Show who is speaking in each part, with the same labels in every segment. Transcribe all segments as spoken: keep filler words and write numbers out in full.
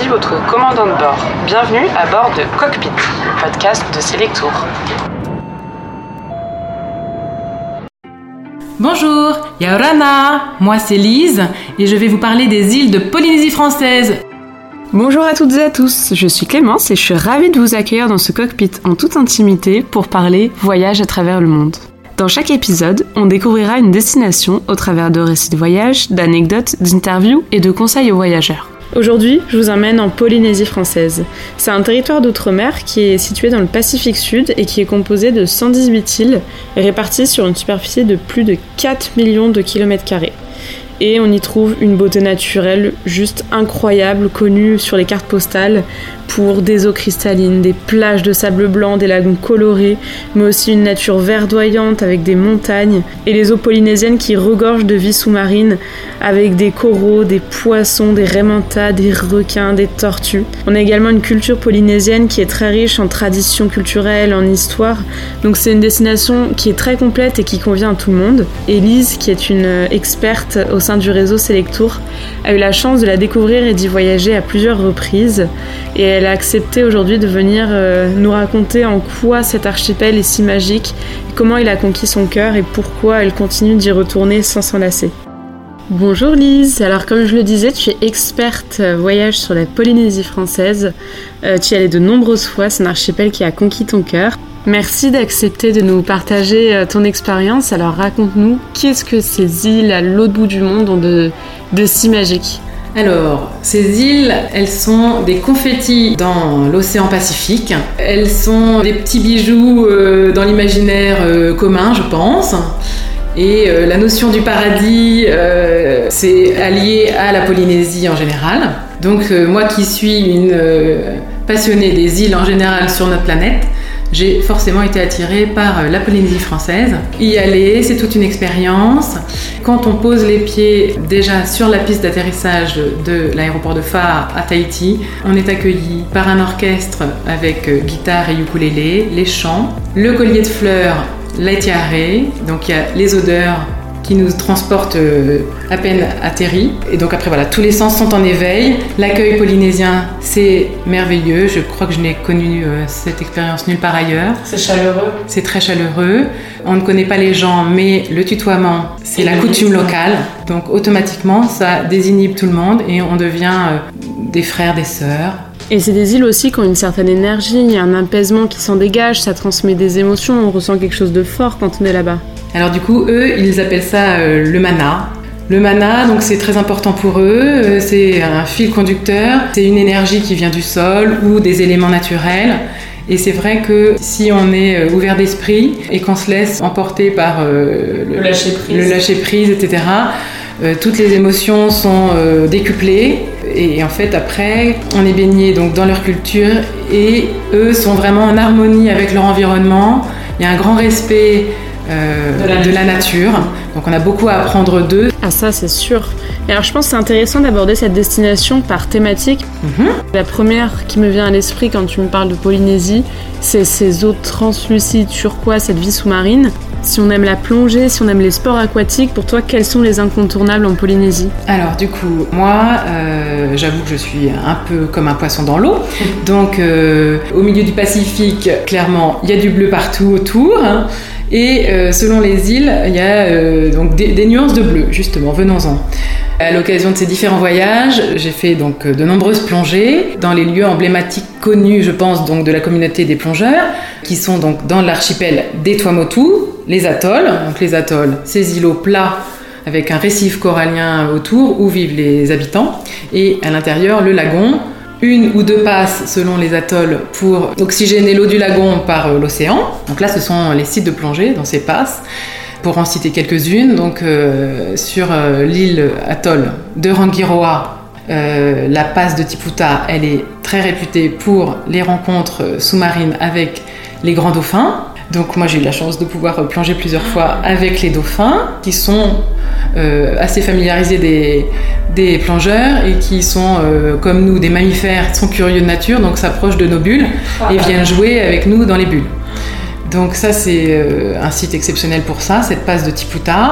Speaker 1: votre commandant de bord. Bienvenue à bord de Cockpit, le podcast de Selectour.
Speaker 2: Bonjour, Yaorana, moi c'est Lise et je vais vous parler des îles de Polynésie française.
Speaker 1: Bonjour à toutes et à tous, je suis Clémence et je suis ravie de vous accueillir dans ce cockpit en toute intimité pour parler voyage à travers le monde. Dans chaque épisode, on découvrira une destination au travers de récits de voyage, d'anecdotes, d'interviews et de conseils aux voyageurs. Aujourd'hui, je vous emmène en Polynésie française. C'est un territoire d'outre-mer qui est situé dans le Pacifique Sud et qui est composé de cent dix-huit îles réparties sur une superficie de plus de quatre millions de kilomètres carrés. Et on y trouve une beauté naturelle juste incroyable, connue sur les cartes postales pour des eaux cristallines, des plages de sable blanc, des lagons colorés, mais aussi une nature verdoyante avec des montagnes et les eaux polynésiennes qui regorgent de vie sous-marine avec des coraux, des poissons, des raies mantas, des requins, des tortues. On a également une culture polynésienne qui est très riche en traditions culturelles, en histoire. Donc c'est une destination qui est très complète et qui convient à tout le monde. Elise, qui est une experte au sein du réseau Selectour, a eu la chance de la découvrir et d'y voyager à plusieurs reprises et elle a accepté aujourd'hui de venir euh, nous raconter en quoi cet archipel est si magique, comment il a conquis son cœur et pourquoi elle continue d'y retourner sans s'en lasser. Bonjour Lise, alors comme je le disais, tu es experte voyage sur la Polynésie française, euh, tu y es allée de nombreuses fois, c'est un archipel qui a conquis ton cœur. Merci d'accepter de nous partager ton expérience. Alors raconte-nous, qu'est-ce que ces îles à l'autre bout du monde ont de, de si magique ?
Speaker 2: Alors, ces îles, elles sont des confettis dans l'océan Pacifique. Elles sont des petits bijoux euh, dans l'imaginaire euh, commun, je pense. Et euh, la notion du paradis, euh, c'est allié à la Polynésie en général. Donc euh, moi qui suis une euh, passionnée des îles en général sur notre planète, j'ai forcément été attirée par la Polynésie française. Y aller, c'est toute une expérience. Quand on pose les pieds déjà sur la piste d'atterrissage de l'aéroport de Faa à Tahiti, on est accueilli par un orchestre avec guitare et ukulélé, les chants, le collier de fleurs, la tiare, donc il y a les odeurs qui nous transportent à peine atterris. Et donc après voilà, tous les sens sont en éveil. L'accueil polynésien, c'est merveilleux. Je crois que je n'ai connu euh, cette expérience nulle part ailleurs.
Speaker 1: C'est chaleureux.
Speaker 2: C'est très chaleureux. On ne connaît pas les gens, mais le tutoiement, c'est et la coutume locale. Donc automatiquement, ça désinhibe tout le monde et on devient euh, des frères, des sœurs.
Speaker 1: Et c'est des îles aussi qui ont une certaine énergie, il y a un apaisement qui s'en dégage, ça transmet des émotions, on ressent quelque chose de fort quand on est là-bas.
Speaker 2: Alors du coup, eux, ils appellent ça euh, le mana. Le mana, donc c'est très important pour eux, euh, c'est un fil conducteur, c'est une énergie qui vient du sol ou des éléments naturels. Et c'est vrai que si on est ouvert d'esprit et qu'on se laisse emporter par euh, le,
Speaker 1: le lâcher prise,
Speaker 2: le lâcher prise, et cetera, euh, toutes les émotions sont euh, décuplées. Et en fait, après, on est baigné donc dans leur culture et eux sont vraiment en harmonie avec leur environnement. Il y a un grand respect euh, de, la de la nature. Donc on a beaucoup à apprendre d'eux.
Speaker 1: Ah ça, c'est sûr. Et alors je pense que c'est intéressant d'aborder cette destination par thématique. Mm-hmm. La première qui me vient à l'esprit quand tu me parles de Polynésie, c'est ces eaux translucides, turquoise, cette vie sous-marine. Si on aime la plongée, si on aime les sports aquatiques, pour toi, quels sont les incontournables en Polynésie ?
Speaker 2: Alors du coup, moi, euh, j'avoue que je suis un peu comme un poisson dans l'eau. Donc euh, au milieu du Pacifique, clairement, il y a du bleu partout autour. Hein, et euh, selon les îles, il y a euh, donc des, des nuances de bleu, justement, venons-en. À l'occasion de ces différents voyages, j'ai fait donc de nombreuses plongées dans les lieux emblématiques connus, je pense, donc de la communauté des plongeurs, qui sont donc dans l'archipel des Tuamotu, les atolls. Donc les atolls, ces îlots plats avec un récif corallien autour où vivent les habitants, et à l'intérieur le lagon, une ou deux passes selon les atolls pour oxygéner l'eau du lagon par l'océan. Donc là, ce sont les sites de plongée dans ces passes. Pour en citer quelques-unes, donc euh, sur euh, l'île atoll de Rangiroa, euh, la passe de Tiputa, elle est très réputée pour les rencontres sous-marines avec les grands dauphins. Donc moi j'ai eu la chance de pouvoir plonger plusieurs fois avec les dauphins qui sont euh, assez familiarisés des, des plongeurs et qui sont euh, comme nous des mammifères, sont curieux de nature, donc s'approchent de nos bulles et viennent jouer avec nous dans les bulles. Donc ça c'est euh, un site exceptionnel pour ça, cette passe de Tiputa.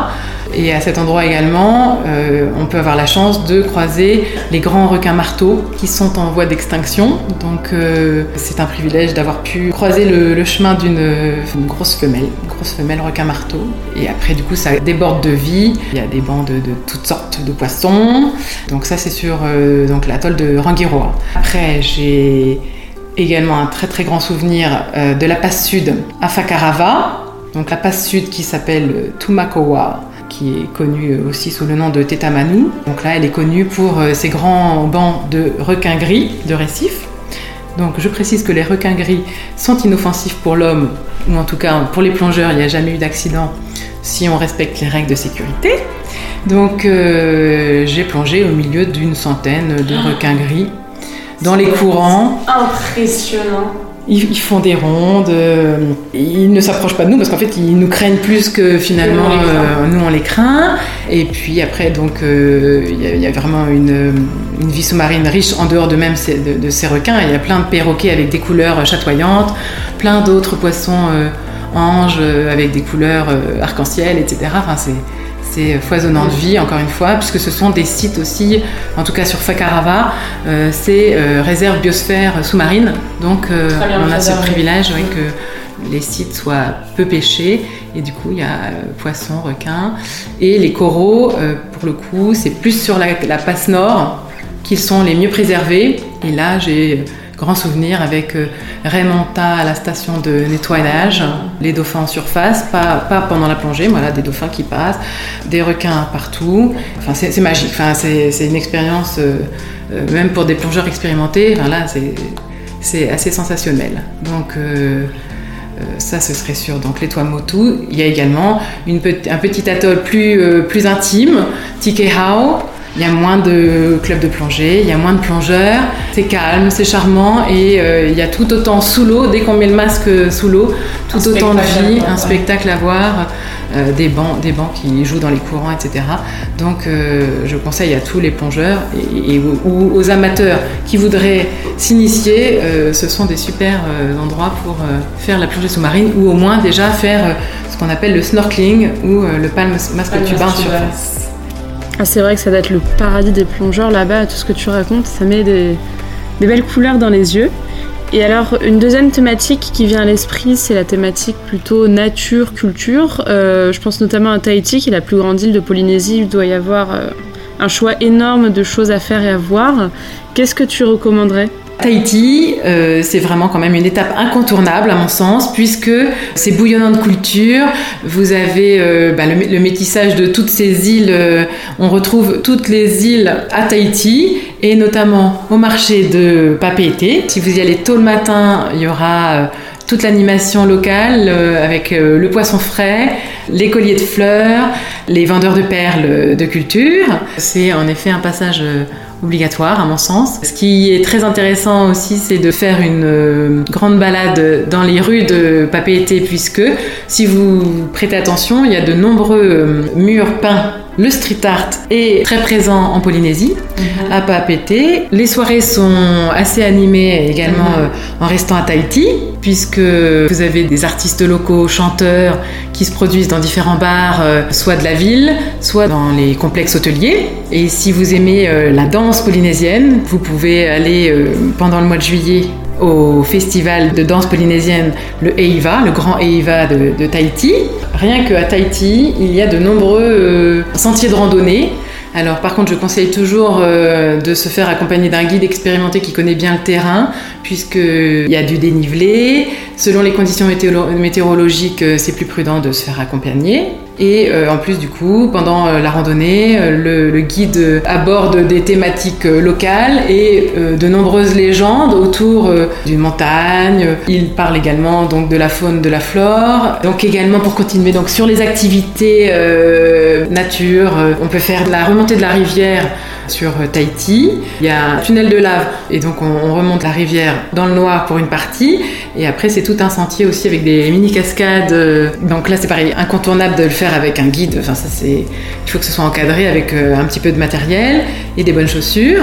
Speaker 2: Et à cet endroit également, euh, on peut avoir la chance de croiser les grands requins marteaux qui sont en voie d'extinction. Donc euh, c'est un privilège d'avoir pu croiser le, le chemin d'une une grosse femelle, une grosse femelle requin marteau. Et après du coup ça déborde de vie. Il y a des bancs de, de toutes sortes de poissons. Donc ça c'est sur euh, donc l'atoll de Rangiroa. Après j'ai également un très très grand souvenir euh, de la passe sud à Fakarava. Donc la passe sud qui s'appelle Tumakowa, qui est connue aussi sous le nom de Tetamanu. Donc là, elle est connue pour euh, ses grands bancs de requins gris de récifs. Donc je précise que les requins gris sont inoffensifs pour l'homme, ou en tout cas pour les plongeurs, il n'y a jamais eu d'accident si on respecte les règles de sécurité. Donc euh, j'ai plongé au milieu d'une centaine de requins gris dans les courants.
Speaker 1: Impressionnant.
Speaker 2: Ils, ils font des rondes, euh, ils ne s'approchent pas de nous parce qu'en fait ils nous craignent plus que finalement on euh, nous on les craint. Et puis après donc il euh, y, y a vraiment une, une vie sous-marine riche en dehors de même ces, de, de ces requins. Il y a plein de perroquets avec des couleurs chatoyantes, plein d'autres poissons euh, anges euh, avec des couleurs euh, arc-en-ciel, et cetera. Enfin c'est C'est foisonnant de vie, encore une fois, puisque ce sont des sites aussi, en tout cas sur Fakarava, euh, c'est euh, réserve biosphère sous-marine. Donc euh, on a ce privilège ouais, que les sites soient peu pêchés. Et du coup, il y a euh, poissons, requins. Et les coraux, euh, pour le coup, c'est plus sur la, la passe nord qu'ils sont les mieux préservés. Et là, j'ai grand souvenir avec euh, Raymanta à la station de nettoyage, les dauphins en surface, pas, pas pendant la plongée, voilà, des dauphins qui passent, des requins partout. Enfin, c'est, c'est magique, enfin, c'est, c'est une expérience, euh, euh, même pour des plongeurs expérimentés, enfin, là, c'est, c'est assez sensationnel. Donc, euh, euh, ça, ce serait sur donc, les Tuamotu. Il y a également une pe- un petit atoll plus, euh, plus intime, Tikehau. Il y a moins de clubs de plongée, il y a moins de plongeurs, c'est calme, c'est charmant et euh, il y a tout autant sous l'eau, dès qu'on met le masque sous l'eau, tout un autant de vie, un spectacle à voir, euh, des bancs, des bancs qui jouent dans les courants, et cetera. Donc euh, je conseille à tous les plongeurs et, et ou aux amateurs qui voudraient s'initier, euh, ce sont des super euh, endroits pour euh, faire la plongée sous-marine ou au moins déjà faire euh, ce qu'on appelle le snorkeling ou euh, le palme masque tuba en surface.
Speaker 1: Ah, c'est vrai que ça doit être le paradis des plongeurs là-bas, tout ce que tu racontes, ça met des, des belles couleurs dans les yeux. Et alors, une deuxième thématique qui vient à l'esprit, c'est la thématique plutôt nature, culture. Euh, je pense notamment à Tahiti, qui est la plus grande île de Polynésie. Il doit y avoir euh, un choix énorme de choses à faire et à voir. Qu'est-ce que tu recommanderais ?
Speaker 2: Tahiti, euh, c'est vraiment quand même une étape incontournable à mon sens, puisque c'est bouillonnant de culture. Vous avez euh, bah, le, le métissage de toutes ces îles. Euh, on retrouve toutes les îles à Tahiti, et notamment au marché de Papeete. Si vous y allez tôt le matin, il y aura euh, toute l'animation locale euh, avec euh, le poisson frais, les colliers de fleurs, les vendeurs de perles de culture. C'est en effet un passage euh, obligatoire à mon sens. Ce qui est très intéressant aussi, c'est de faire une euh, grande balade dans les rues de Papeete, puisque si vous prêtez attention, il y a de nombreux euh, murs peints. Le street art est très présent en Polynésie, mmh. à Papeete. Les soirées sont assez animées également mmh. euh, en restant à Tahiti, puisque vous avez des artistes locaux, chanteurs, qui se produisent dans différents bars, euh, soit de la ville, soit dans les complexes hôteliers. Et si vous aimez euh, la danse polynésienne, vous pouvez aller euh, pendant le mois de juillet au festival de danse polynésienne, le Eiva, le grand Eiva de, de Tahiti. Rien qu'à Tahiti, il y a de nombreux euh, sentiers de randonnée. Alors par contre, je conseille toujours euh, de se faire accompagner d'un guide expérimenté qui connaît bien le terrain, puisqu'il y a du dénivelé. Selon les conditions météoro- météorologiques, euh, c'est plus prudent de se faire accompagner. Et euh, en plus, du coup, pendant euh, la randonnée, euh, le, le guide aborde des thématiques euh, locales et euh, de nombreuses légendes autour euh, d'une montagne. Il parle également donc de la faune, de la flore. Donc également, pour continuer donc sur les activités euh, nature, euh, on peut faire la remontée de la rivière sur Tahiti. Il y a un tunnel de lave et donc on, on remonte la rivière dans le noir pour une partie. Et après, c'est tout un sentier aussi avec des mini-cascades. Donc là, c'est pareil, incontournable de le faire avec un guide. Enfin, ça, c'est... Il faut que ce soit encadré avec un petit peu de matériel et des bonnes chaussures.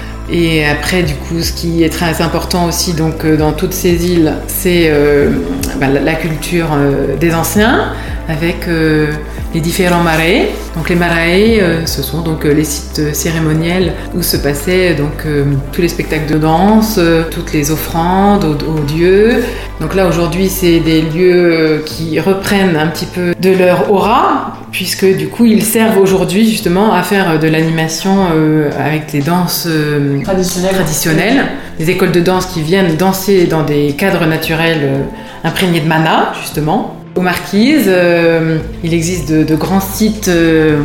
Speaker 2: Et après, du coup, ce qui est très important aussi donc, dans toutes ces îles, c'est euh, bah, la culture euh, des anciens. avec euh, les différents marae. Donc les marae, euh, ce sont donc euh, les sites cérémoniels où se passaient donc euh, tous les spectacles de danse, euh, toutes les offrandes aux, aux dieux. Donc là aujourd'hui c'est des lieux qui reprennent un petit peu de leur aura, puisque du coup ils servent aujourd'hui justement à faire de l'animation euh, avec les danses euh,
Speaker 1: traditionnelles.
Speaker 2: traditionnelles, des écoles de danse qui viennent danser dans des cadres naturels euh, imprégnés de mana justement. Aux Marquises, euh, il existe de, de grands sites euh,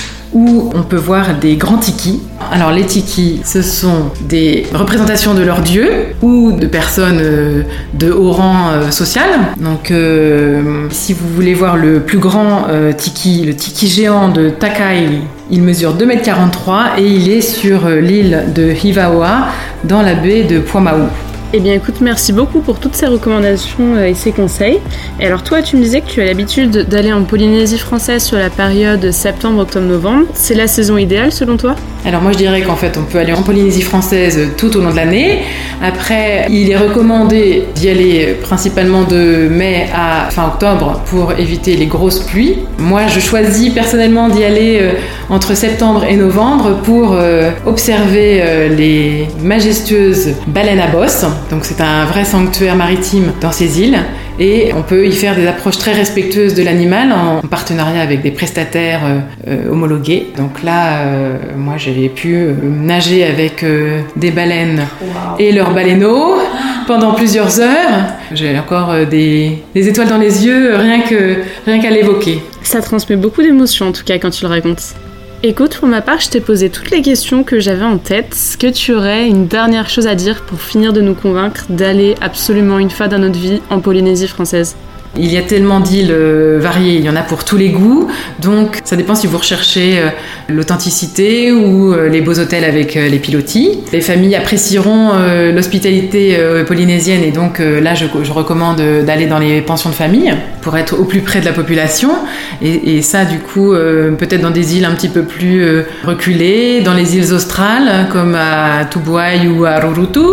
Speaker 2: où on peut voir des grands tikis. Alors les tikis, ce sont des représentations de leurs dieux ou de personnes euh, de haut rang euh, social. Donc euh, si vous voulez voir le plus grand euh, tiki, le tiki géant de Takai, il mesure deux mètres quarante-trois et il est sur euh, l'île de Hivaoa dans la baie de Paumaou.
Speaker 1: Eh bien écoute, merci beaucoup pour toutes ces recommandations et ces conseils. Et alors toi, tu me disais que tu as l'habitude d'aller en Polynésie française sur la période septembre, octobre, novembre. C'est la saison idéale selon toi ?
Speaker 2: Alors moi je dirais qu'en fait on peut aller en Polynésie française tout au long de l'année. Après il est recommandé d'y aller principalement de mai à fin octobre pour éviter les grosses pluies. Moi je choisis personnellement d'y aller entre septembre et novembre pour observer les majestueuses baleines à bosse. Donc c'est un vrai sanctuaire maritime dans ces îles. Et on peut y faire des approches très respectueuses de l'animal en partenariat avec des prestataires euh, homologués. Donc là, euh, moi j'ai pu euh, nager avec euh, des baleines wow. et leurs baleineaux pendant plusieurs heures. J'ai encore euh, des, des étoiles dans les yeux rien, que, rien qu'à l'évoquer.
Speaker 1: Ça transmet beaucoup d'émotions en tout cas quand tu le racontes. Écoute, pour ma part, je t'ai posé toutes les questions que j'avais en tête. Est-ce que tu aurais une dernière chose à dire pour finir de nous convaincre d'aller absolument une fois dans notre vie en Polynésie française ?
Speaker 2: Il y a tellement d'îles variées, il y en a pour tous les goûts, donc ça dépend si vous recherchez l'authenticité ou les beaux hôtels avec les pilotis. Les familles apprécieront l'hospitalité polynésienne et donc là je, je recommande d'aller dans les pensions de famille pour être au plus près de la population et, et ça du coup peut-être dans des îles un petit peu plus reculées, dans les îles australes comme à Tubuai ou à Rurutu.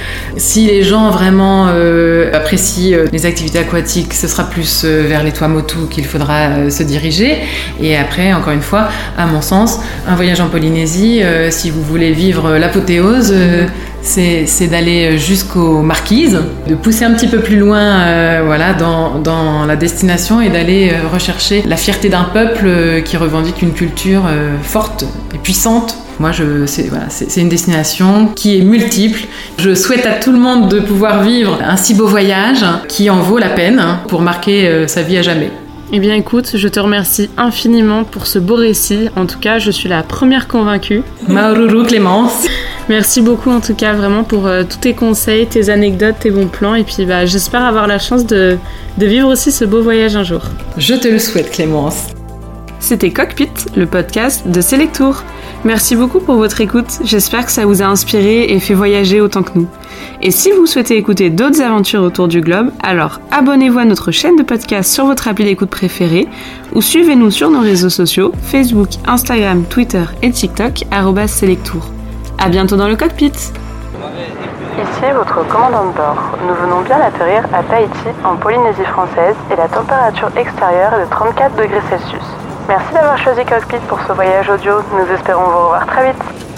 Speaker 2: Si les gens vraiment euh, apprécient les activités aquatiques, ce sera plus euh, vers les Tuamotu qu'il faudra euh, se diriger. Et après, encore une fois, à mon sens, un voyage en Polynésie, euh, si vous voulez vivre l'apothéose, euh, c'est, c'est d'aller jusqu'aux Marquises, de pousser un petit peu plus loin euh, voilà, dans, dans la destination et d'aller euh, rechercher la fierté d'un peuple euh, qui revendique une culture euh, forte et puissante. Moi, je, c'est, voilà, c'est, c'est une destination qui est multiple. Je souhaite à tout le monde de pouvoir vivre un si beau voyage qui en vaut la peine pour marquer euh, sa vie à jamais.
Speaker 1: Eh bien écoute, je te remercie infiniment pour ce beau récit. En tout cas, je suis la première convaincue.
Speaker 2: Maururu Clémence.
Speaker 1: Merci beaucoup en tout cas vraiment pour euh, tous tes conseils, tes anecdotes, tes bons plans. Et puis bah, j'espère avoir la chance de, de vivre aussi ce beau voyage un jour.
Speaker 2: Je te le souhaite Clémence.
Speaker 1: C'était Cockpit, le podcast de Selectour. Merci beaucoup pour votre écoute, j'espère que ça vous a inspiré et fait voyager autant que nous. Et si vous souhaitez écouter d'autres aventures autour du globe, alors abonnez-vous à notre chaîne de podcast sur votre appli d'écoute préférée ou suivez-nous sur nos réseaux sociaux, Facebook, Instagram, Twitter et TikTok, arobase Selectour. À bientôt dans le cockpit. Ici votre commandant de bord. Nous venons bien d'atterrir à Tahiti, en Polynésie française, et la température extérieure est de trente-quatre degrés Celsius. Merci d'avoir choisi Cockpit pour ce voyage audio. Nous espérons vous revoir très vite.